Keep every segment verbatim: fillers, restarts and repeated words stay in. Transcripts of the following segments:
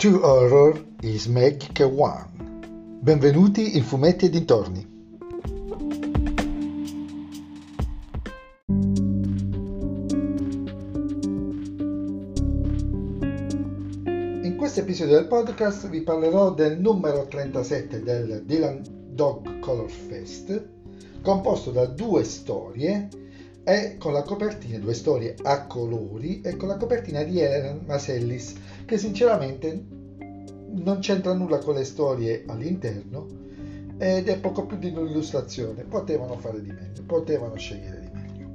Two horror is magic one. Benvenuti in Fumetti e dintorni. In questo episodio del podcast vi parlerò del numero trentasette del Dylan Dog Color Fest, composto da due storie e con la copertina, due storie a colori e con la copertina di Elena Masellis, che sinceramente non c'entra nulla con le storie all'interno ed è poco più di un'illustrazione. Potevano fare di meglio, potevano scegliere di meglio.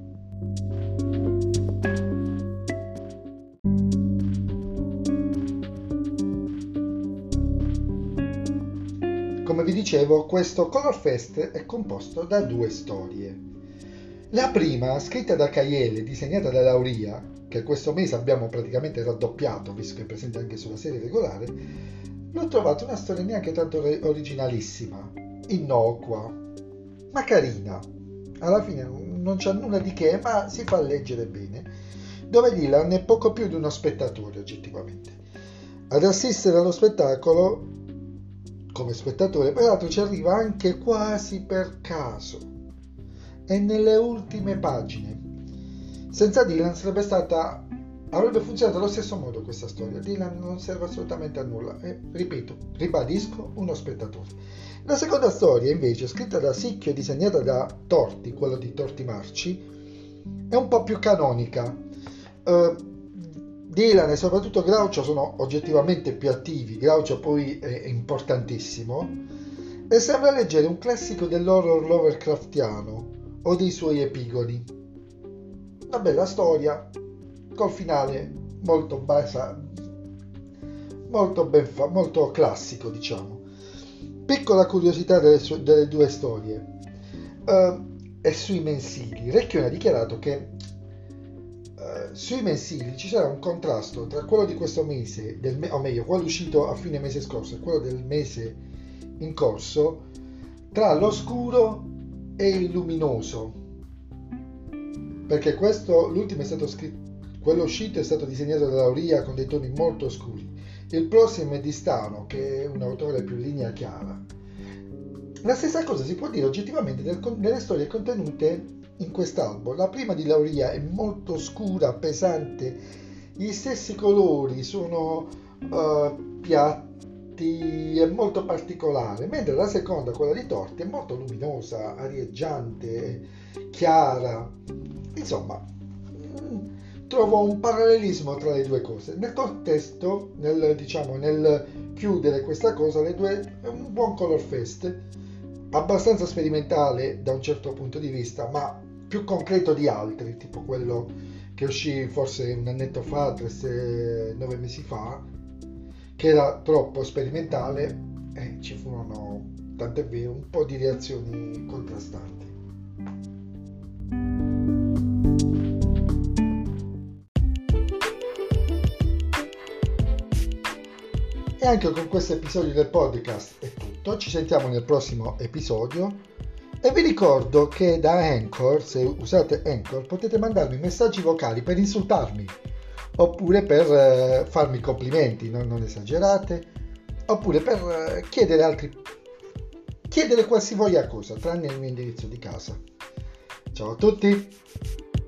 Come vi dicevo, questo Color Fest è composto da due storie. La prima, scritta da Caiele e disegnata da Lauria, che questo mese abbiamo praticamente raddoppiato, visto che è presente anche sulla serie regolare, l'ho trovata una storia neanche tanto originalissima, innocua, ma carina. Alla fine non c'è nulla di che, ma si fa leggere bene, dove Dylan è poco più di uno spettatore oggettivamente. Ad assistere allo spettacolo, come spettatore, peraltro ci arriva anche quasi per caso. E nelle ultime pagine. Senza Dylan sarebbe stata avrebbe funzionato allo stesso modo questa storia. Dylan non serve assolutamente a nulla e, ripeto, ribadisco, uno spettatore. La seconda storia, invece, scritta da Sicchio e disegnata da Torti, quello di Torti Marci, è un po' più canonica. uh, Dylan e soprattutto Groucho sono oggettivamente più attivi. Groucho poi è importantissimo e sembra leggere un classico dell'horror Lovecraftiano o dei suoi epigoni. Una bella storia col finale molto basa, molto ben fa, molto classico, diciamo. Piccola curiosità delle, su- delle due storie. Uh, e sui mensili. Recchione ha dichiarato che uh, sui mensili ci sarà un contrasto tra quello di questo mese, del me- o meglio, quello uscito a fine mese scorso e quello del mese in corso, tra l'oscuro e il luminoso, perché questo, l'ultimo è stato scritto, quello uscito è stato disegnato da Lauria con dei toni molto scuri, il prossimo è di Stano, che è un autore più linea chiara. La stessa cosa si può dire oggettivamente del, delle storie contenute in quest'album. La prima di Lauria è molto scura, pesante, gli stessi colori sono uh, piatti, è molto particolare, mentre la seconda, quella di Torti, è molto luminosa, arieggiante, chiara. Insomma, trovo un parallelismo tra le due cose. Nel contesto, nel, diciamo, nel chiudere questa cosa, le due è un buon Color Fest, abbastanza sperimentale da un certo punto di vista, ma più concreto di altri, tipo quello che uscì forse un annetto fa, tre, nove mesi fa, che era troppo sperimentale e ci furono, tant'è vero, un po' di reazioni contrastanti. E anche con questo episodio del podcast è tutto. Ci sentiamo nel prossimo episodio e vi ricordo che da Anchor, se usate Anchor, potete mandarmi messaggi vocali per insultarmi oppure per eh, farmi complimenti, no? Non esagerate, oppure per eh, chiedere altri chiedere qualsivoglia cosa tranne il mio indirizzo di casa. Ciao a tutti.